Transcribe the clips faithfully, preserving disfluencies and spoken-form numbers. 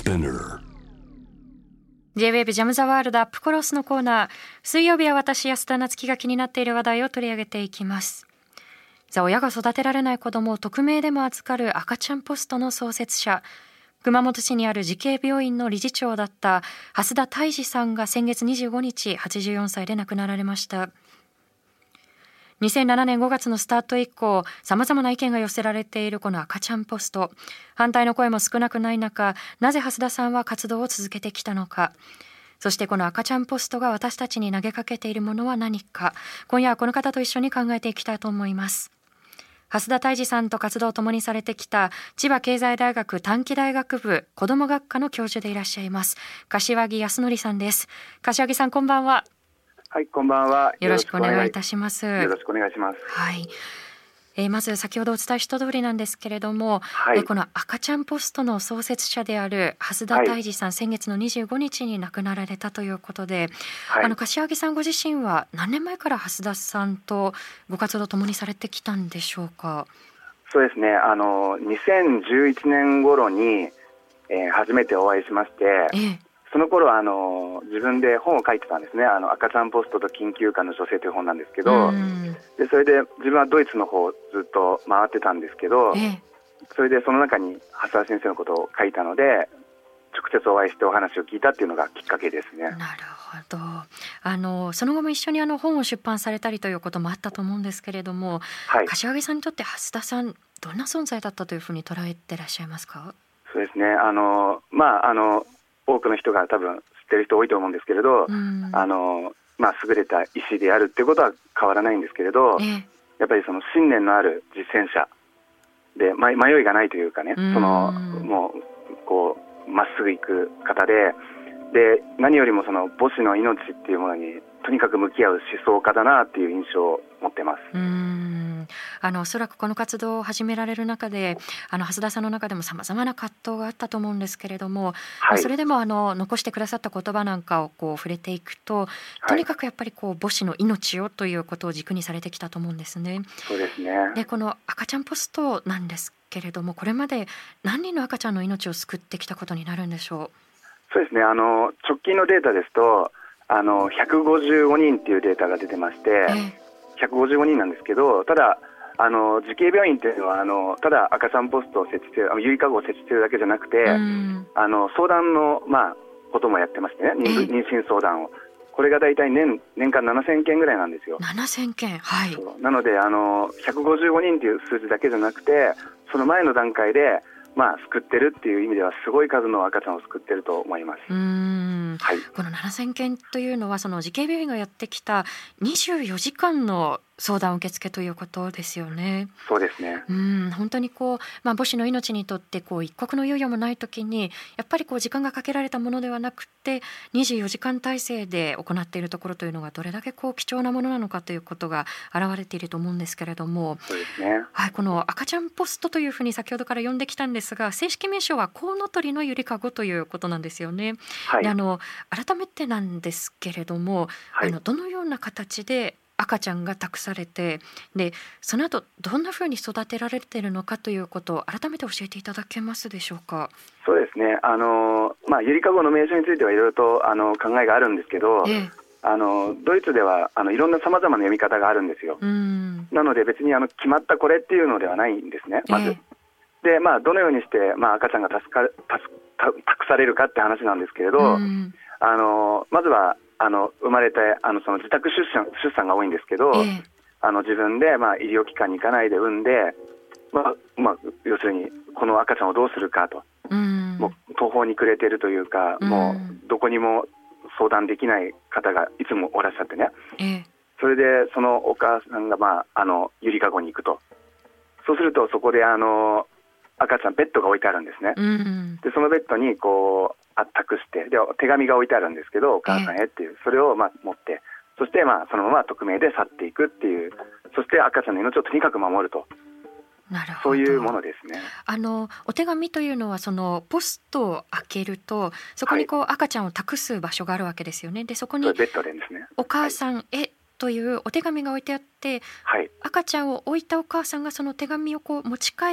Spinner J-ウェーブ ジャムザワールドアップクロスのコーナー。水曜日は私安田なつきが気になっている話題を取り上げていきます。さあ、親が育てられない子どもを匿名でも預かる赤ちゃんポストの創設者、熊本市にある慈恵病院の理事長だった蓮田泰治さんが先月にじゅうごにちはちじゅうよんさいで亡くなられました。にせんななねんごがつのスタート以降、様々な意見が寄せられているこの赤ちゃんポスト。反対の声も少なくない中、なぜ蓮田さんは活動を続けてきたのか。そしてこの赤ちゃんポストが私たちに投げかけているものは何か。今夜はこの方と一緒に考えていきたいと思います。蓮田泰治さんと活動を共にされてきた千葉経済大学短期大学部子ども学科の教授でいらっしゃいます柏木康則さんです。柏木さん、こんばんは。 はい、こんばんは。 よろしくお願いいたします。 よろしくお願いします。 はい、えー、まず先ほどお伝えした通りなんですけれども、 はい、 えー、この赤ちゃんポストの創設者である蓮田泰治さん、はい、先月のにじゅうごにちに亡くなられたということで、はい、あの柏木さんご自身は何年前から蓮田さんとご活動を共にされてきたんでしょうか。 そうですね、あのにせんじゅういちねん頃に、えー、初めてお会いしまして、えーその頃あの自分で本を書いてたんですね。あの赤ちゃんポストと緊急感の女性という本なんですけど、でそれで自分はドイツの方をずっと回ってたんですけど、えそれでその中に蓮田先生のことを書いたので、直接お会いしてお話を聞いたっていうのがきっかけですね。 なるほど。あのその後も一緒にあの本を出版されたりということもあったと思うんですけれども、はい、柏木さんにとって蓮田さんどんな存在だったというふうに捉えてらっしゃいますか。 そうですね、あのまああの多くの人が多分知ってる人多いと思うんですけれど、うん、あのまあ、優れた医師であるっていうことは変わらないんですけれど、えやっぱりその信念のある実践者で、ま、迷いがないというかね、うん、そのもうこうまっすぐ行く方で、で何よりもその母子の命っていうものにとにかく向き合う思想家だなっていう印象を持ってます。 うーんあのおそらくこの活動を始められる中で、あの蓮田さんの中でもさまざまな葛藤があったと思うんですけれども、はい、それでもあの残してくださった言葉なんかをこう触れていくと、とにかくやっぱりこう母子の命をということを軸にされてきたと思うんですね。 そうですね。 でこの赤ちゃんポストなんですけれども、これまで何人の赤ちゃんの命を救ってきたことになるんでしょう。 そうですね、あの直近のデータですとあのひゃくごじゅうごにんっていうデータが出てまして、えー、ひゃくごじゅうごにんなんですけど、ただあの慈恵病院っていうのはあのただ赤ちゃんポストを設置してる、ゆりかごを設置してるだけじゃなくて、うん、あの相談の、まあ、こともやってましてね、妊娠相談を、これがだいたい 年, 年間ななせんけんぐらいなんですよ。 ななせんけん、はい。 なのであのひゃくごじゅうごにんという数字だけじゃなくて、その前の段階でまあ、救ってるっていう意味ではすごい数の赤ちゃんを救ってると思います。 うーん、はい、このななせんけんというのはその慈恵病院がやってきたにじゅうよじかんの相談受付ということですよね。 そうですね。 うん本当にこう、まあ、母子の命にとってこう一刻の猶予もないときにやっぱりこう時間がかけられたものではなくてにじゅうよじかん体制で行っているところというのがどれだけこう貴重なものなのかということが現れていると思うんですけれども、 そうですね、 はい、この赤ちゃんポストというふうに先ほどから呼んできたんですが、正式名称はコウノトリのゆりかごということなんですよね。はい、であの改めてなんですけれども、はい、あのどのような形で赤ちゃんが託されて、でその後どんなふうに育てられているのかということを改めて教えていただけますでしょうか。 そうですね、あの、まあ、ゆりかごの名称についてはいろいろとあの考えがあるんですけど、ええ、あのドイツではあのいろんなさまざまな読み方があるんですよ。うんなので別にあの決まったこれっていうのではないんですね、まず、ええでまあ、どのようにして、まあ、赤ちゃんが助か助託されるかって話なんですけれど、うんあのまずはあの生まれてあのその自宅出産、出産が多いんですけど、ええ、あの自分で、まあ、医療機関に行かないで産んで、まあまあ、要するにこの赤ちゃんをどうするかと、うん、もう途方に暮れているというか、うん、もうどこにも相談できない方がいつもおらっしゃってね、ええ、それでそのお母さんが、まあ、あのゆりかごに行くと、そうするとそこであの赤ちゃんベッドが置いてあるんですね、うん、でそのベッドにこう託して、で手紙が置いてあるんですけど、お母さんへっていう、それをまあ持って、そしてまあそのまま匿名で去っていくっていう、そして赤ちゃんの命をとにかく守ると、 なるほど、 そういうものですね。 あのお手紙というのはそのポストを開けるとそこにこう、はい、赤ちゃんを託す場所があるわけですよね。でそこにベッドでですね、 お母さんへというお手紙が置いてあって、はい、赤ちゃんを置いたお母さんがその手紙をこう持ち帰っ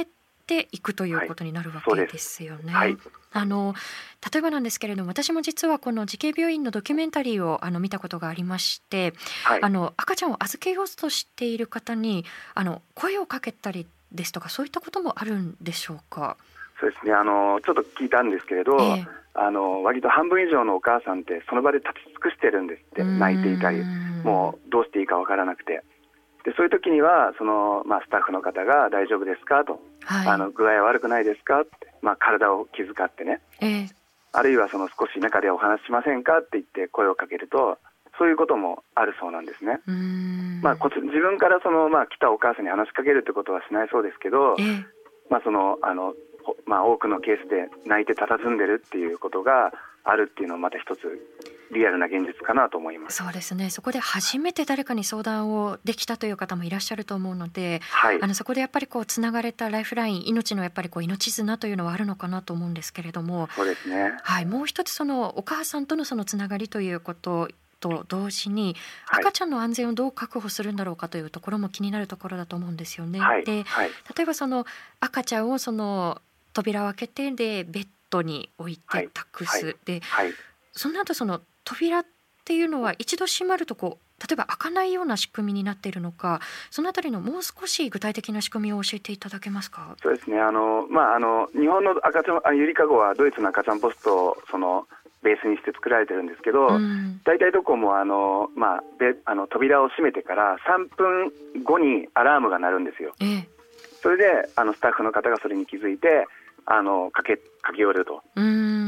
っていくということになるわけですよね。 はい、 あの例えばなんですけれども、私も実はこの慈恵病院のドキュメンタリーをあの見たことがありまして、はい、あの赤ちゃんを預けようとしている方にあの声をかけたりですとか、そういったこともあるんでしょうか。 そうですね、あのちょっと聞いたんですけれど、えー、あの割と半分以上のお母さんってその場で立ち尽くしてるんですって。泣いていたり、もうどうしていいかわからなくて、でそういう時にはその、まあ、スタッフの方が大丈夫ですかと、はい、あの具合は悪くないですかって、まあ、体を気遣ってね、えー、あるいはその少し中でお話ししませんかって言って声をかけると、そういうこともあるそうなんですね。うーん、まあ、こ自分からその、まあ、来たお母さんに話しかけるってことはしないそうですけど、えーまあそのあのまあ、多くのケースで泣いて佇んでるっていうことがあるっていうのはまた一つリアルな現実かなと思います。 そうですね、そこで初めて誰かに相談をできたという方もいらっしゃると思うので、はい、あのそこでやっぱりこうつながれたライフライン、命のやっぱりこう命綱というのはあるのかなと思うんですけれども、 そうですね、 はい、もう一つそのお母さんとのそのつながりということと同時に、赤ちゃんの安全をどう確保するんだろうかというところも気になるところだと思うんですよね。はい、で、はい、例えばその赤ちゃんをその扉を開けてでベッドに置いて託す、はい、で、はい、その後その扉っていうのは一度閉まるとこう例えば開かないような仕組みになっているのか、そのあたりのもう少し具体的な仕組みを教えていただけますか。 そうですね、あの、まあ、あの日本の赤ちゃんゆりかごはドイツの赤ちゃんポストをそのベースにして作られてるんですけど、大体、うん、どこもあの、まあ、であの扉を閉めてからさんぷんごにアラームが鳴るんですよ。ええ、それであのスタッフの方がそれに気づいてあの駆け、駆け寄ると。うん、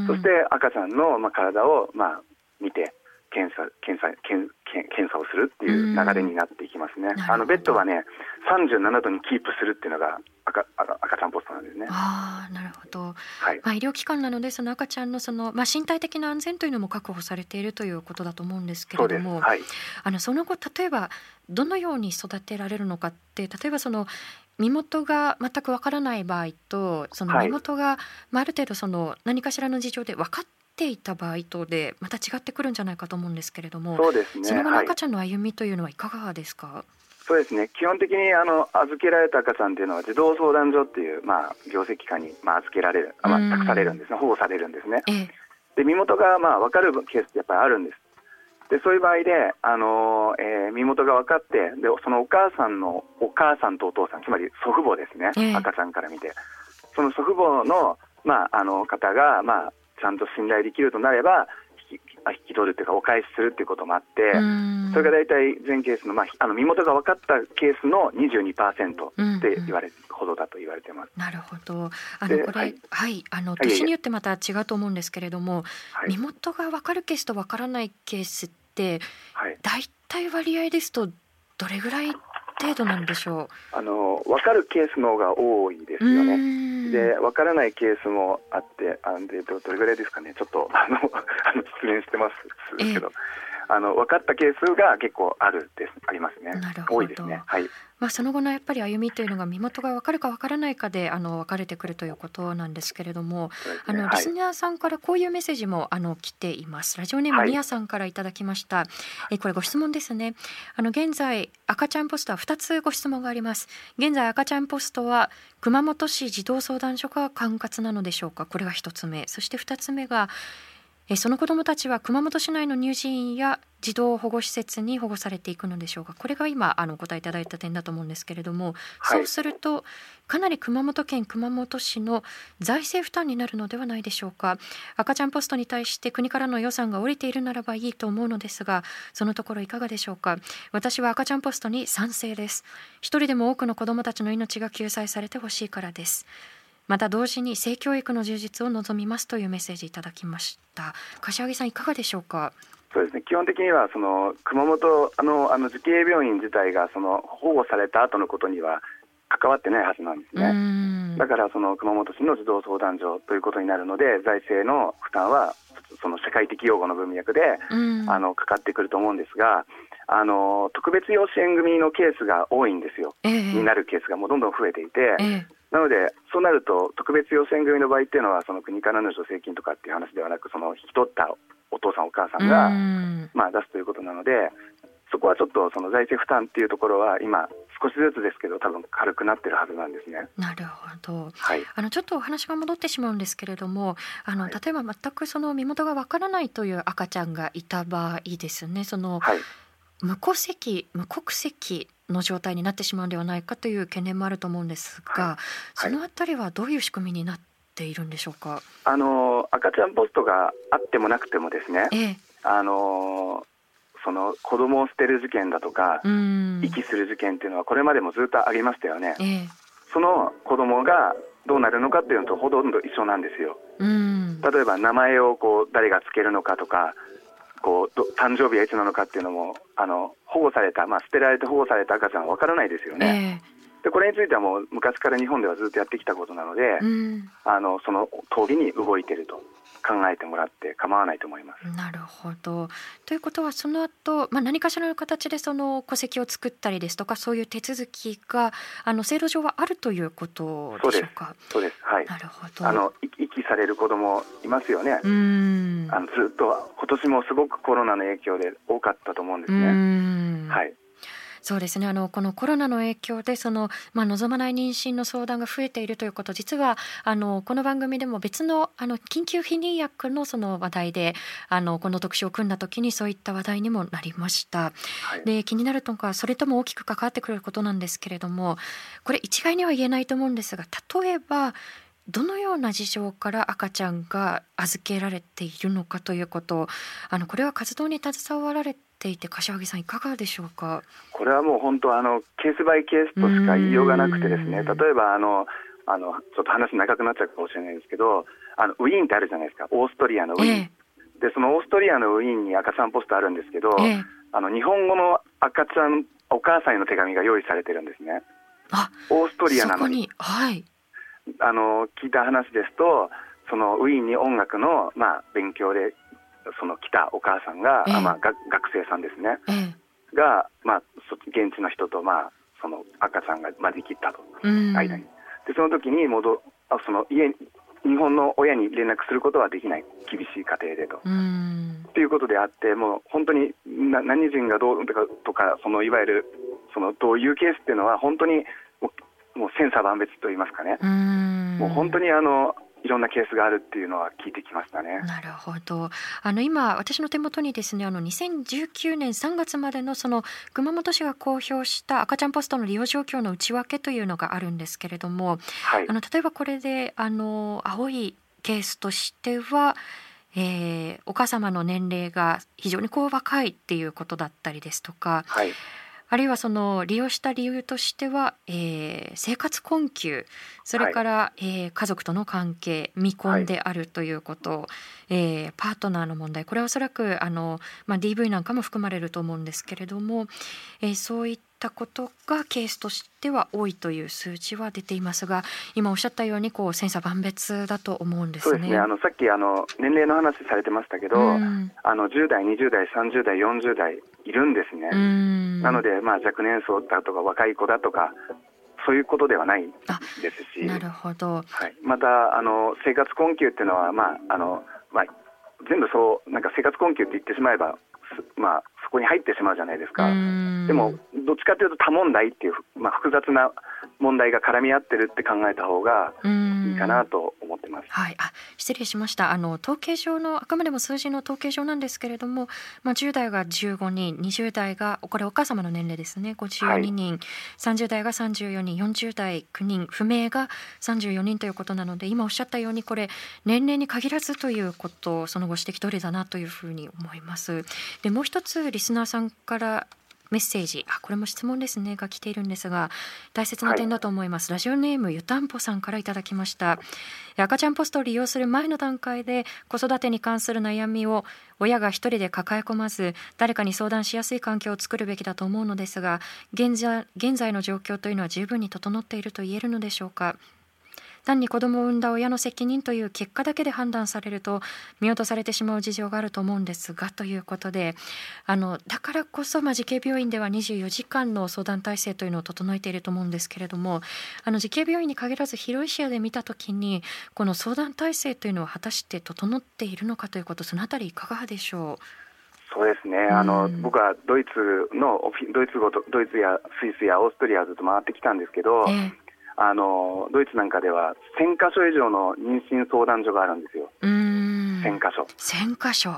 そして赤ちゃんの、まあ、体を、まあ、見て検査、検査、検、検査をするっていう流れになっていきますね。あのベッドはねさんじゅうななどにキープするっていうのが 赤, 赤ちゃんポストなんですね。 あ、なるほど、はい、まあ、医療機関なのでその赤ちゃんの, その、まあ、身体的な安全というのも確保されているということだと思うんですけれども、はい、あのその後例えばどのように育てられるのかって、例えばその身元が全くわからない場合と、その身元が、はい、まあ、ある程度その何かしらの事情で分かっていた場合とでまた違ってくるんじゃないかと思うんですけれども、 そうですね、 その後の赤ちゃんの歩みというのはいかがですか。 はい、そうですね、基本的にあの預けられた赤ちゃんというのは児童相談所っていう、まあ、行政機関に、まあ、預けられる、まあ、託されるんですね、保護されるんですね。ええ、で身元が、まあ、分かるケースってやっぱりあるんです。でそういう場合で、あのーえー、身元が分かって、でそのお母さんのお母さんとお父さん、つまり祖父母ですね、ええ、赤ちゃんから見てその祖父母の、まあ、あの方が、まあ、ちゃんと信頼できるとなれば引き、引き取るというかお返しするということもあって、それが大体全ケースの、まあ、あの身元が分かったケースの にじゅうにパーセント って言われるほどだと言われています。 なるほど、あのこれ、はいはい、あの年によってまた違うと思うんですけれども、はい、身元が分かるケースと分からないケースって、はい、大体割合ですとどれぐらい程度なんでしょう。 あの分かるケースの方が多いですよね。で分からないケースもあって、あで ど, どれぐらいですかね、ちょっとあのあの失念してますけど、えー、あの分かったケースが結構あるですありますね。 なるほど、 多いですね。はい、 まあ、その後のやっぱり歩みというのが身元が分かるか分からないかであの分かれてくるということなんですけれども、ね、あのリスナーさんからこういうメッセージもあの来ています。ラジオネームニアさんからいただきました、はい、えこれご質問ですね。あの現在赤ちゃんポストはふたつご質問があります。現在赤ちゃんポストは熊本市児童相談所が管轄なのでしょうか。これがひとつめ。そしてふたつめがえその子どもたちは熊本市内の乳児院や児童保護施設に保護されていくのでしょうか。これが今あのお答えいただいた点だと思うんですけれども、はい、そうするとかなり熊本県熊本市の財政負担になるのではないでしょうか。赤ちゃんポストに対して国からの予算が下りているならばいいと思うのですが、そのところいかがでしょうか。私は赤ちゃんポストに賛成です。一人でも多くの子どもたちの命が救済されてほしいからです。また同時に性教育の充実を望みますというメッセージいただきました。柏木さんいかがでしょうか。 そうですね、基本的にはその熊本あのあの慈恵病院自体がその保護された後のことには関わってないはずなんですね。だからその熊本市の児童相談所ということになるので、財政の負担はその社会的養護の文脈であのかかってくると思うんですが、あの特別養子縁組のケースが多いんですよ、えー、になるケースがもうどんどん増えていて、えー、なのでそうなると特別養子縁組の場合っていうのはその国からの助成金とかっていう話ではなく、その引き取ったお父さんお母さんがまあ出すということなので、そこはちょっとその財政負担っていうところは今少しずつですけど多分軽くなってるはずなんですね。 なるほど、 はい、 あのちょっとお話が戻ってしまうんですけれども、あの、はい、例えば全くその身元がわからないという赤ちゃんがいた場合ですね、その、はい、無戸籍無国籍の状態になってしまうんではないかという懸念もあると思うんですが、はいはい、そのあたりはどういう仕組みになっているんでしょうか。 あの赤ちゃんポストがあってもなくてもですね、 ええ、 あのその子供を捨てる事件だとか遺棄する事件っていうのはこれまでもずっとありましたよね、ええ、その子供がどうなるのかっていうのとほとんど一緒なんですよ。うん例えば名前をこう誰がつけるのかとかこう誕生日はいつなのかっていうのもあの保護された、まあ、捨てられて保護された赤ちゃんは分からないですよね、えー、でこれについてはもう昔から日本ではずっとやってきたことなので、うん、あのその通りに動いていると考えてもらって構わないと思います。 なるほど。ということはその後、まあ、何かしらの形でその戸籍を作ったりですとかそういう手続きがあの制度上はあるということでしょうか。 そうです、そうです、はい、 なるほど。 あの遺棄される子どもいますよね。うんあのずっと今年もすごくコロナの影響で多かったと思うんですね。うんはいそうですね、あのこのコロナの影響でその、まあ、望まない妊娠の相談が増えているということ、実はあのこの番組でも別の、あの緊急避妊薬のその話題であのこの特集を組んだ時にそういった話題にもなりました、はい、で気になるのがそれとも大きく関わってくることなんですけれども、これ一概には言えないと思うんですが、例えばどのような事情から赤ちゃんが預けられているのかということ、あのこれは活動に携わられていて柏木さんいかがでしょうか。 これはもう本当あのケースバイケースとしか言いようがなくてですね、例えばあのあのちょっと話長くなっちゃうかもしれないですけど、あのウィーンってあるじゃないですか、オーストリアのウィーン、えー、でそのオーストリアのウィーンに赤ちゃんポストあるんですけど、えー、あの日本語の赤ちゃんお母さんへの手紙が用意されてるんですね。 あ、 オーストリアなのに、 そこに、はい、 あの聞いた話ですと、そのウィーンに音楽の、まあ、勉強でその来たお母さんが、ええまあ、が学生さんですね、ええ、が、まあ、現地の人と、まあ、その赤ちゃんが、まあ、できたと、うん、間にでその時に戻その家日本の親に連絡することはできない、厳しい家庭でと、うん、っていうことであって、もう本当にな何人がどうとか、とかそのいわゆるそのどういうケースっていうのは本当にもう、もう千差万別といいますかね、うーんもう本当にあのいろんなケースがあるっていうのは聞いてきましたね。 なるほど。あの今私の手元にですね、あのにせんじゅうきゅうねんさんがつまでのその熊本市が公表した赤ちゃんポストの利用状況の内訳というのがあるんですけれども、はい、あの例えばこれであの青いケースとしては、えー、お母様の年齢が非常にこう若いっていうことだったりですとか、はい、あるいはその利用した理由としては、えー、生活困窮、それから、はいえー、家族との関係、未婚であるということ、はいえー、パートナーの問題、これはおそらくあの、まあ、ディーブイ なんかも含まれると思うんですけれども、えー、そういったことがケースとしては多いという数字は出ていますが、今おっしゃったようにこう千差万別だと思うんですね。 そうですね、あのさっきあの年齢の話されてましたけど、うん、あのじゅう代、にじゅう代、さんじゅう代、よんじゅう代いるんですね。うんなので、まあ、若年層だとか若い子だとかそういうことではないですし、 なるほど、 はい、またあの生活困窮っていうのは、まああのまあ、全部そうなんか生活困窮って言ってしまえば、まあ、そこに入ってしまうじゃないですか。でもどっちかというと多問題っていう、まあ、複雑な問題が絡み合ってるって考えた方がいいかなと思ってます。 はい、あ失礼しました。あの統計上のあくまでも数字の統計上なんですけれども、まあ、じゅう代がじゅうごにん、にじゅう代がこれお母様の年齢ですね、ごじゅうににん、はい、さんじゅう代がさんじゅうよにん、よんじゅう代きゅうにん、不明がさんじゅうよにんということなので、今おっしゃったようにこれ年齢に限らずということ、そのご指摘通りだなというふうに思います。でもう一つリスナーさんからメッセージ、あこれも質問ですねが来ているんですが、大切な点だと思います、はい、ラジオネームゆたんぽさんからいただきました。赤ちゃんポストを利用する前の段階で子育てに関する悩みを親が一人で抱え込まず誰かに相談しやすい環境を作るべきだと思うのですが、現在、現在の状況というのは十分に整っていると言えるのでしょうか。単に子供を産んだ親の責任という結果だけで判断されると見落とされてしまう事情があると思うんですが、ということで、あのだからこそ、まあ、慈恵病院ではにじゅうよじかんの相談体制というのを整えていると思うんですけれども、あの慈恵病院に限らず広い視野で見たときにこの相談体制というのは果たして整っているのかということ、そのあたりいかがでしょう。 そうですね、あの僕はドイツのドイツ語とドイツやスイスやオーストリアずっと回ってきたんですけど、えー、あのドイツなんかではせんかしょ以上の妊娠相談所があるんですよ。 うーんせんかしょせんかしょ、 はい、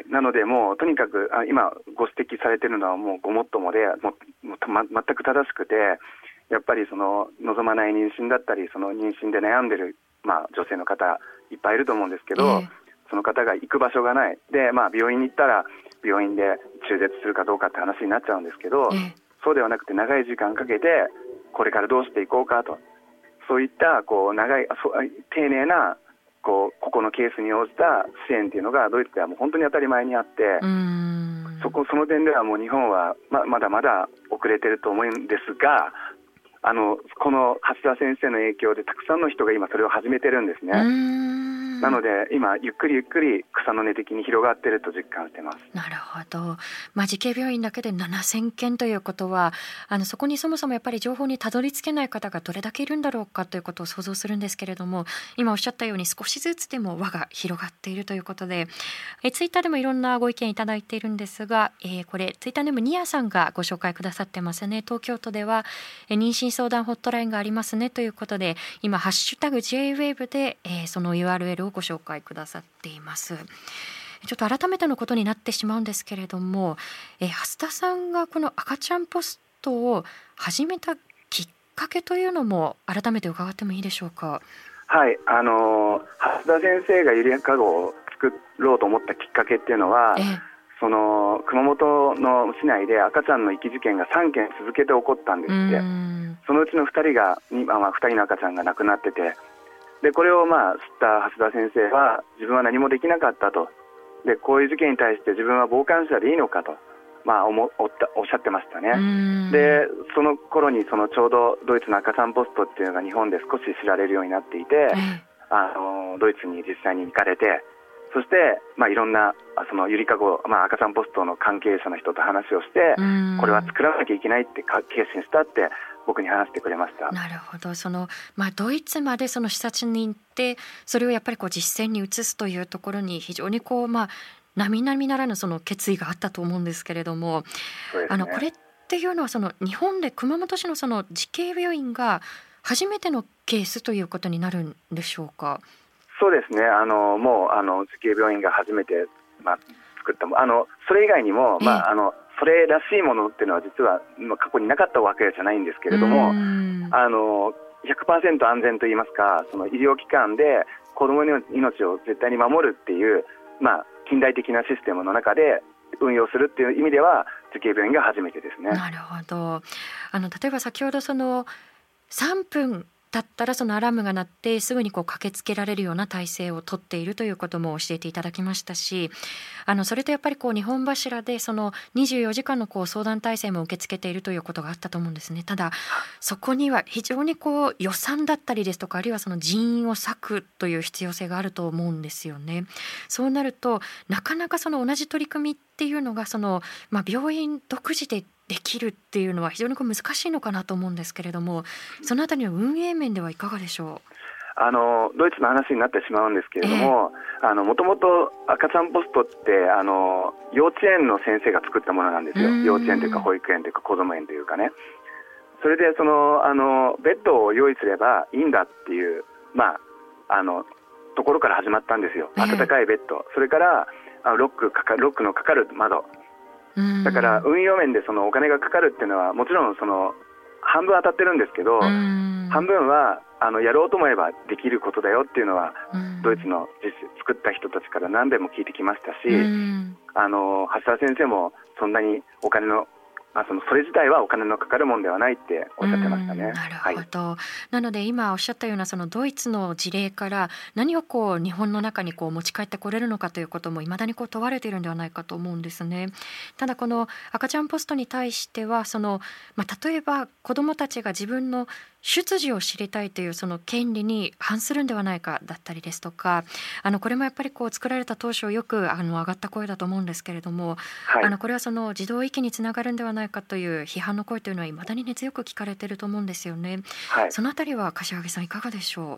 なのでもうとにかくあ今ご指摘されているのはもうごもっともでもうもう、ま、全く正しくて、やっぱりその望まない妊娠だったりその妊娠で悩んでる、まあ、女性の方いっぱいいると思うんですけど、えー、その方が行く場所がないで、まあ、病院に行ったら病院で中絶するかどうかって話になっちゃうんですけど、えー、そうではなくて長い時間かけてこれからどうしていこうかと、そういったこう長い丁寧なこう個々のケースに応じた支援というのがドイツではもう本当に当たり前にあって、 うーんそこその点ではもう日本は ま, まだまだ遅れてると思うんですが、あのこの橋田先生の影響でたくさんの人が今それを始めてるんですね。 うーんなので今ゆっくりゆっくり草の根的に広がっていると実感しています。 なるほど、まあ、慈恵病院だけでななせんけんということはあのそこにそもそもやっぱり情報にたどり着けない方がどれだけいるんだろうかということを想像するんですけれども、今おっしゃったように少しずつでも輪が広がっているということで、えツイッターでもいろんなご意見いただいているんですが、えー、これツイッターでもニアさんがご紹介くださってますね。東京都ではえ妊娠相談ホットラインがありますねということで、今ハッシュタグ ジェイウェーブ で、えー、その ユーアールエル をご紹介くださっています。ちょっと改めてのことになってしまうんですけれども、えー、蓮田さんがこの赤ちゃんポストを始めたきっかけというのも改めて伺ってもいいでしょうか。 はい、あの蓮田先生がゆりかごを作ろうと思ったきっかけっていうのは、えー、その熊本の市内で赤ちゃんの遺棄事件がさんけん続けて起こったんですって。そのうちのふたりが、まあ、ふたりの赤ちゃんが亡くなってて、でこれをまあ知った蓮田先生は自分は何もできなかったと、でこういう事件に対して自分は傍観者でいいのかと、まあ、おもおったおっしゃってましたね。でその頃にそのちょうどドイツの赤ちゃんポストっていうのが日本で少し知られるようになっていて、うん、あのドイツに実際に行かれて、そして、まあ、いろんなそのゆりかご、まあ、赤ちゃんポストの関係者の人と話をして、これは作らなきゃいけないって決心したって僕に話してくれました。 なるほど、その、まあ、ドイツまでその視察に行ってそれをやっぱりこう実践に移すというところに非常にこう、まあ、並々ならぬその決意があったと思うんですけれども、 そうですね、 あのこれっていうのはその日本で熊本市のその慈恵病院が初めてのケースということになるんでしょうか。 そうですね、あのもうあの慈恵病院が初めて、まあ、作ったあのそれ以外にも、まあ、あのそれらしいものっていうのは実は過去になかったわけじゃないんですけれども、あの ひゃくパーセント 安全といいますか、その医療機関で子どもの命を絶対に守るっていう、まあ、近代的なシステムの中で運用するっていう意味では慈恵病院が初めてですね。 なるほど、あの例えば先ほどそのさんぷんだったらそのアラームが鳴ってすぐにこう駆けつけられるような体制をとっているということも教えていただきましたし、あのそれとやっぱりこう日本柱でそのにじゅうよじかんのこう相談体制も受け付けているということがあったと思うんですね。ただそこには非常にこう予算だったりですとか、あるいはその人員を割くという必要性があると思うんですよね。そうなるとなかなかその同じ取り組みっていうのがその、まあ、病院独自でできるっていうのは非常にこう難しいのかなと思うんですけれども、そのあたりの運営面ではいかがでしょう。 あのドイツの話になってしまうんですけれども、もともと赤ちゃんポストってあの幼稚園の先生が作ったものなんですよ。幼稚園というか保育園というか子ども園というかね。それでそのあのベッドを用意すればいいんだっていう、まあ、あのところから始まったんですよ。暖かいベッド、それからあロックかかロックのかかる窓だから運用面でそのお金がかかるっていうのはもちろんその半分当たってるんですけど、半分はあのやろうと思えばできることだよっていうのはドイツの実作った人たちから何遍も聞いてきましたし、あの橋田先生もそんなにお金のまあ、そのそれ自体はお金のかかるものではないっておっしゃってましたね。 なるほど、はい、なので今おっしゃったようなそのドイツの事例から何をこう日本の中にこう持ち帰ってこれるのかということもいまだにこう問われているんではないかと思うんですね。ただこの赤ちゃんポストに対してはその、まあ、例えば子どもたちが自分の出自を知りたいというその権利に反するんではないかだったりですとか、あのこれもやっぱりこう作られた当初よくあの上がった声だと思うんですけれども、はい、あのこれはその児童遺棄につながるんではないかという批判の声というのは未だに根強く聞かれていると思うんですよね。はい、そのあたりは柏木さんいかがでしょう。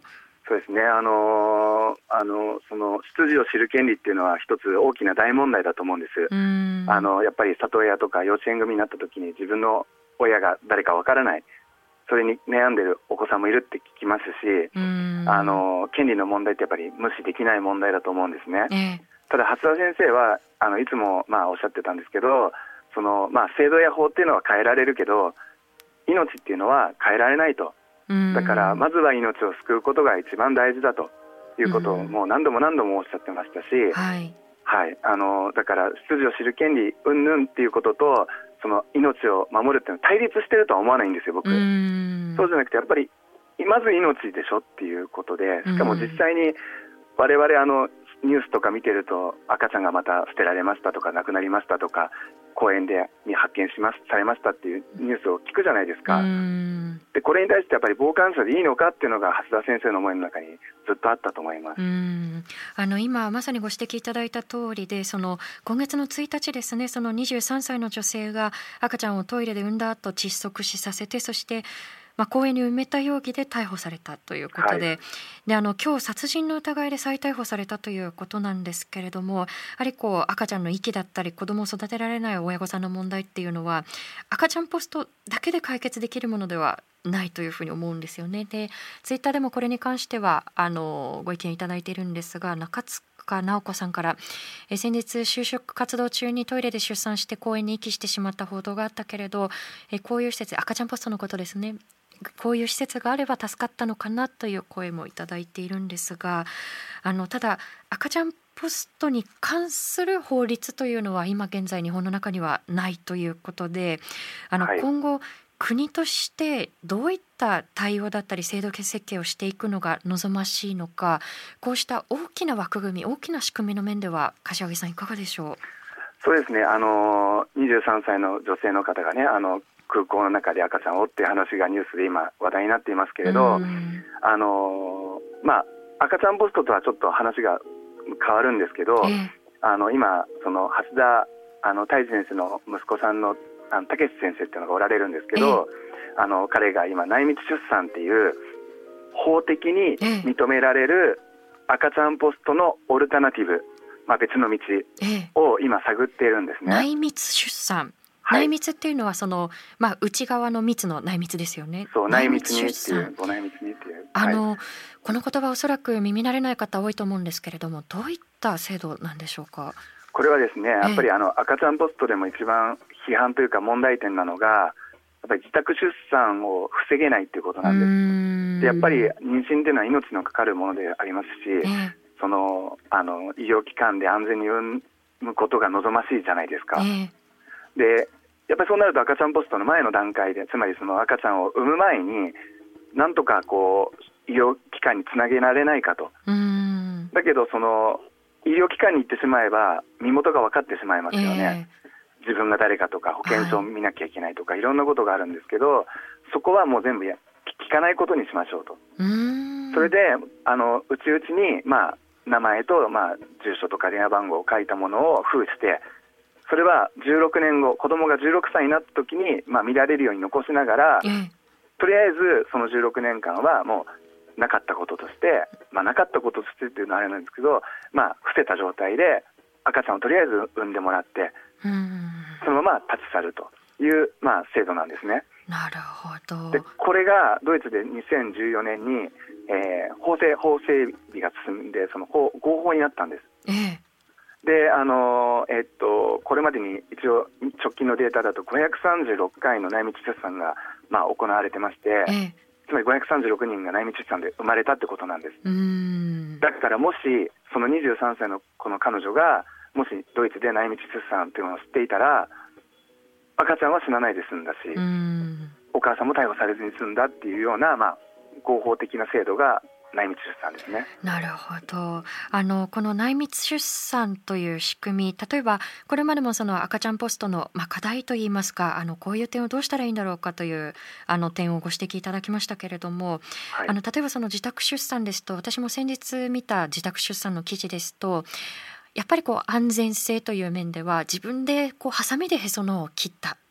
そうですね、あのあのその出自を知る権利っていうのは一つ大きな大問題だと思うんです。あのやっぱり里親とか養稚園組になった時に自分の親が誰かわからない、それに悩んでるお子さんもいるって聞きますし、あの権利の問題ってやっぱり無視できない問題だと思うんですね、えー、ただ蓮田先生はあのいつもまあおっしゃってたんですけど、その、まあ、制度や法っていうのは変えられるけど命っていうのは変えられないと。だからまずは命を救うことが一番大事だということをもう何度も何度もおっしゃってましたし、はいはい、あのだから出自を知る権利云々っていうこととその命を守るっていうのは対立してるとは思わないんですよ、僕。そうじゃなくてやっぱりまず命でしょっていうことで、しかも実際に我々あのニュースとか見てると赤ちゃんがまた捨てられましたとか亡くなりましたとか公園でに発見しますされましたっていうニュースを聞くじゃないですか。でこれに対してやっぱり傍観者でいいのかっていうのが蓮田先生の思いの中にずっとあったと思います。 うんあの今まさにご指摘いただいた通りで、その今月のついたちですね、そのにじゅうさんさいの女性が赤ちゃんをトイレで産んだ後窒息死させて、そしてまあ、公園に埋めた容疑で逮捕されたということで、はい、であの今日殺人の疑いで再逮捕されたということなんですけれども、やはりこう赤ちゃんの遺棄だったり子どもを育てられない親御さんの問題っていうのは赤ちゃんポストだけで解決できるものではないというふうに思うんですよね。でツイッターでもこれに関してはあのご意見いただいているんですが、中塚直子さんから、え先日就職活動中にトイレで出産して公園に遺棄してしまった報道があったけれど、えこういう施設、赤ちゃんポストのことですね、こういう施設があれば助かったのかなという声もいただいているんですが、あのただ赤ちゃんポストに関する法律というのは今現在日本の中にはないということで、あの、はい、今後国としてどういった対応だったり制度設計をしていくのが望ましいのか、こうした大きな枠組み、大きな仕組みの面では柏木さんいかがでしょう。 そうですね、あのにじゅうさんさいの女性の方がね、あの空港の中で赤ちゃんをっていう話がニュースで今話題になっていますけれど、あのまあ、赤ちゃんポストとはちょっと話が変わるんですけど、えー、あの今その蓮田あの太一先生の息子さんのあの武先生っていうのがおられるんですけど、えー、あの彼が今内密出産っていう法的に認められる赤ちゃんポストのオルタナティブ、まあ、別の道を今探っているんですね。 内密出産、内密っていうのはその、まあ、内側の密の内密ですよね。 そう、内密にっていうご内密にっていう、 あの、はい、この言葉おそらく耳慣れない方多いと思うんですけれども、どういった制度なんでしょうか。 これはですね、やっぱりあの赤ちゃんポストでも一番批判というか問題点なのが、やっぱり自宅出産を防げないということなんです。でやっぱり妊娠というのは命のかかるものでありますし、えー、そのあの医療機関で安全に産むことが望ましいじゃないですか、えー、でやっぱりそうなると赤ちゃんポストの前の段階で、つまりその赤ちゃんを産む前になんとかこう医療機関につなげられないかと。うーんだけどその医療機関に行ってしまえば身元が分かってしまいますよね、えー、自分が誰かとか保険証を見なきゃいけないとか、はい、いろんなことがあるんですけど、そこはもう全部や聞かないことにしましょうと。うーんそれであのうちうちに、まあ、名前と、まあ、住所とか電話番号を書いたものを封して、それはじゅうろくねんご子供がじゅうろくさいになった時に、まあ、見られるように残しながら、えー、とりあえずそのじゅうろくねんかんはもうなかったこととして、まあ、なかったこととしてっていうのはあれなんですけど、まあ、伏せた状態で赤ちゃんをとりあえず産んでもらって、うんそのまま立ち去るという、まあ、制度なんですね。 なるほど。 でこれがドイツでにせんじゅうよねんに、えー、法制法整備が進んでその法合法になったんです、ええであのーえっと、これまでに一応直近のデータだとごひゃくさんじゅうろっかいの内密出産が、まあ、行われてまして、ええ、つまりごひゃくさんじゅうろくにんが内密出産で生まれたってことなんです。うーんだからもしそのにじゅうさんさいのこの彼女がもしドイツで内密出産っていうのを知っていたら赤ちゃんは死なないで済んだし、うーんお母さんも逮捕されずに済んだっていうような、まあ、合法的な制度が内密出産ですね。 なるほど。あのこの内密出産という仕組み、例えばこれまでもその赤ちゃんポストの、まあ、課題といいますか、あのこういう点をどうしたらいいんだろうかというあの点をご指摘いただきましたけれども、はい、あの例えばその自宅出産ですと、私も先日見た自宅出産の記事ですと、やっぱりこう安全性という面では自分でこうハサミでへその緒を切った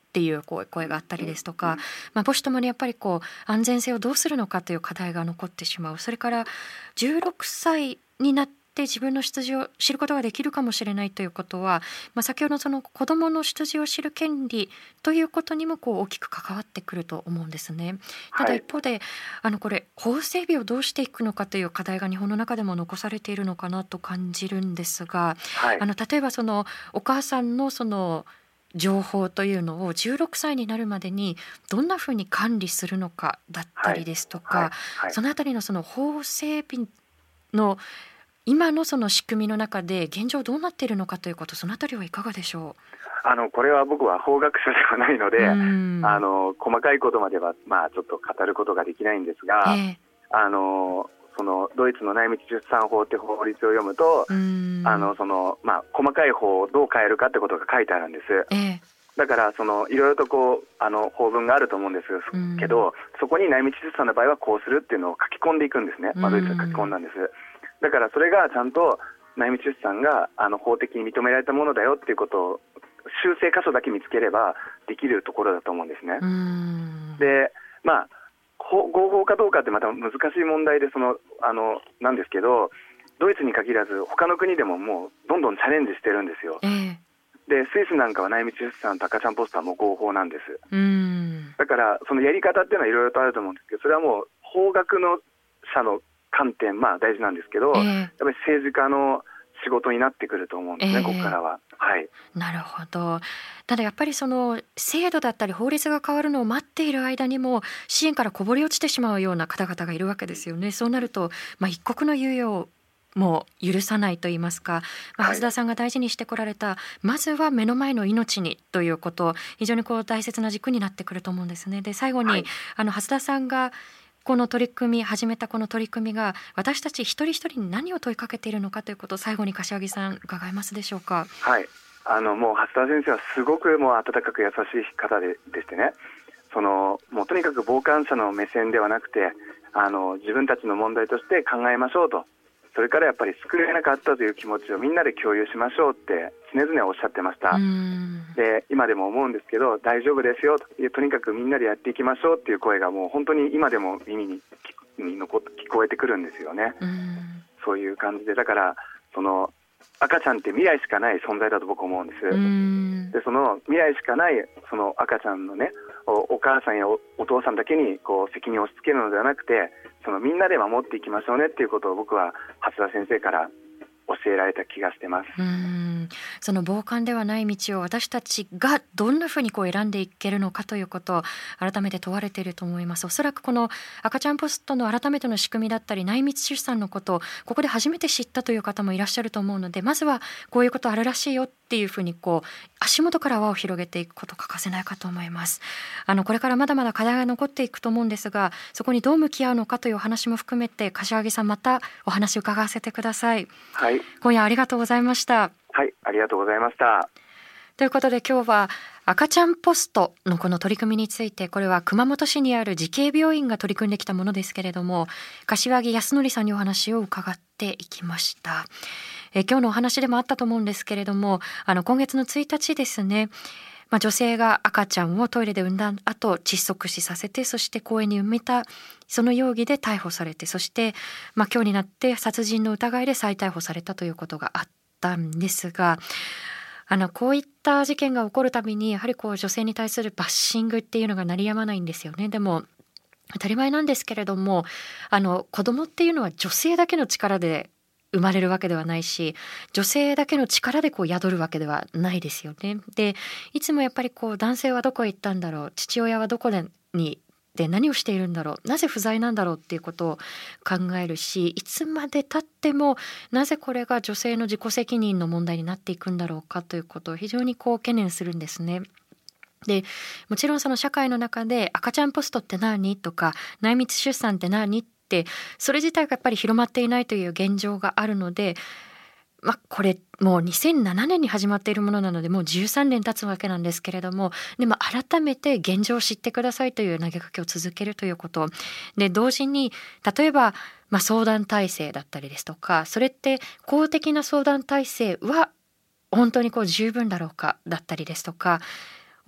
っていうこう声があったりですとか、まあ、母子ともにやっぱりこう安全性をどうするのかという課題が残ってしまう。それからじゅうろくさいになって自分の出自を知ることができるかもしれないということは、まあ、先ほどその子どもの出自を知る権利ということにもこう大きく関わってくると思うんですね。ただ一方で、はい、あのこれ法整備をどうしていくのかという課題が日本の中でも残されているのかなと感じるんですが、はい、あの例えばそのお母さんのその情報というのをじゅうろくさいになるまでにどんなふうに管理するのかだったりですとか、はいはいはい、そのあたりのその法整備の今のその仕組みの中で現状どうなっているのかということ、そのあたりはいかがでしょう。あのこれは僕は法学者ではないので、あの細かいことまでは、まあ、ちょっと語ることができないんですが、えー、あのそのドイツの内密出産法って法律を読むと、あのその、まあ、細かい法をどう変えるかってことが書いてあるんです、えー、だからそのいろいろとこうあの法文があると思うんですけど、そこに内密出産の場合はこうするっていうのを書き込んでいくんですね、まあ、ドイツが書き込んだんです。だからそれがちゃんと内密出産があの法的に認められたものだよっていうことを修正箇所だけ見つければできるところだと思うんですね。で、まあ合法かどうかってまた難しい問題でそのあのなんですけど、ドイツに限らず他の国でももうどんどんチャレンジしてるんですよ、えー、でスイスなんかは内密出産と赤ちゃんポスターも合法なんです。うんだからそのやり方っていうのはいろいろとあると思うんですけど、それはもう法学の者の観点、まあ大事なんですけど、えー、やっぱり政治家の仕事になってくると思うんですね、えー、ここからは。はい、 なるほど。ただやっぱりその制度だったり法律が変わるのを待っている間にも支援からこぼれ落ちてしまうような方々がいるわけですよね。そうなると、まあ、一刻の猶予も許さないといいますか、まあ、蓮田さんが大事にしてこられた、はい、まずは目の前の命にということ、非常にこう大切な軸になってくると思うんですね。で最後に、はい、あの蓮田さんがこの取り組み始めたこの取り組みが私たち一人一人に何を問いかけているのかということを最後に柏木さん伺えますでしょうか。 はい、あのもう蓮田先生はすごくもう温かく優しい方 で, でしてね、そのもうとにかく傍観者の目線ではなくて、あの自分たちの問題として考えましょうと、それからやっぱり救えなかったという気持ちをみんなで共有しましょうって常々おっしゃってました。で今でも思うんですけど、大丈夫ですよという、とにかくみんなでやっていきましょうっていう声がもう本当に今でも耳に残って聞こえてくるんですよね。うんそういう感じで、だからその赤ちゃんって未来しかない存在だと僕は思うんです。うんでその未来しかないその赤ちゃんのね、 お, お母さんや お, お父さんだけにこう責任を押し付けるのではなくて、そのみんなで守っていきましょうねっていうことを僕は蓮田先生から教えられた気がしてます。 うーんその傍観ではない道を私たちがどんなふうにこう選んでいけるのかということを改めて問われていると思います。おそらくこの赤ちゃんポストの改めての仕組みだったり内密出産のことをここで初めて知ったという方もいらっしゃると思うので、まずはこういうことあるらしいよっていうふうにこう足元から輪を広げていくこと欠かせないかと思います。あのこれからまだまだ課題が残っていくと思うんですが、そこにどう向き合うのかというお話も含めて柏木さんまたお話を伺わせてください。 はい、 今夜ありがとうございました。 はい、ありがとうございました。 ということで今日は赤ちゃんポストのこの取り組みについて、これは熊本市にある慈恵病院が取り組んできたものですけれども、柏木康則さんにお話を伺っていきました。え今日のお話でもあったと思うんですけれども、あの今月のついたちですね、まあ、女性が赤ちゃんをトイレで産んだ後窒息死させて、そして公園に埋めたその容疑で逮捕されて、そして、まあ、今日になって殺人の疑いで再逮捕されたということがあったんですが、あのこういった事件が起こるたびにやはりこう女性に対するバッシングっていうのが鳴りやまないんですよね。でも当たり前なんですけれども、あの子供っていうのは女性だけの力で生まれるわけではないし、女性だけの力でこう宿るわけではないですよね。でいつもやっぱりこう男性はどこへ行ったんだろう、父親はどこにで何をしているんだろう、なぜ不在なんだろうっていうことを考えるし、いつまで経ってもなぜこれが女性の自己責任の問題になっていくんだろうかということを非常にこう懸念するんですね。でもちろんその社会の中で赤ちゃんポストって何とか内密出産って何ってそれ自体がやっぱり広まっていないという現状があるので、まあ、これもうにせんななねんに始まっているものなのでもうじゅうさんねん経つわけなんですけれども、でも改めて現状を知ってくださいという投げかけを続けるということで、同時に例えば、まあ、相談体制だったりですとか、それって公的な相談体制は本当にこう十分だろうかだったりですとか、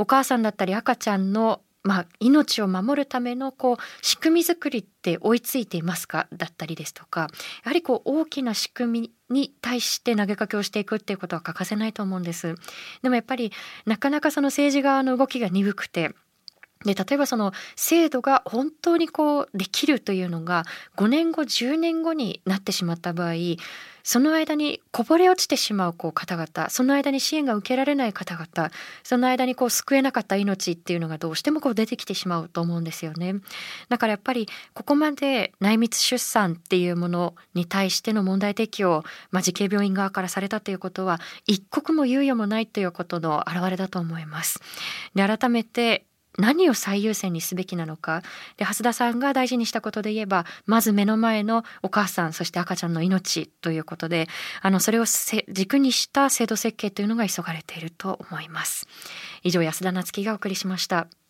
お母さんだったり赤ちゃんのまあ、命を守るためのこう仕組み作りって追いついていますかだったりですとか、やはりこう大きな仕組みに対して投げかけをしていくっていうことは欠かせないと思うんです。でもやっぱりなかなかその政治側の動きが鈍くて、で例えばその制度が本当にこうできるというのがごねんごじゅうねんごになってしまった場合、その間にこぼれ落ちてしまうこう方々、その間に支援が受けられない方々、その間にこう救えなかった命っていうのがどうしてもこう出てきてしまうと思うんですよね。だからやっぱりここまで内密出産っていうものに対しての問題提起を、まあ、慈恵病院側からされたということは一刻も猶予もないということの表れだと思います。で改めて何を最優先にすべきなのかで、蓮田さんが大事にしたことで言えば、まず目の前のお母さんそして赤ちゃんの命ということで、あのそれを軸にした制度設計というのが急がれていると思います。以上、安田なつきがお送りしました。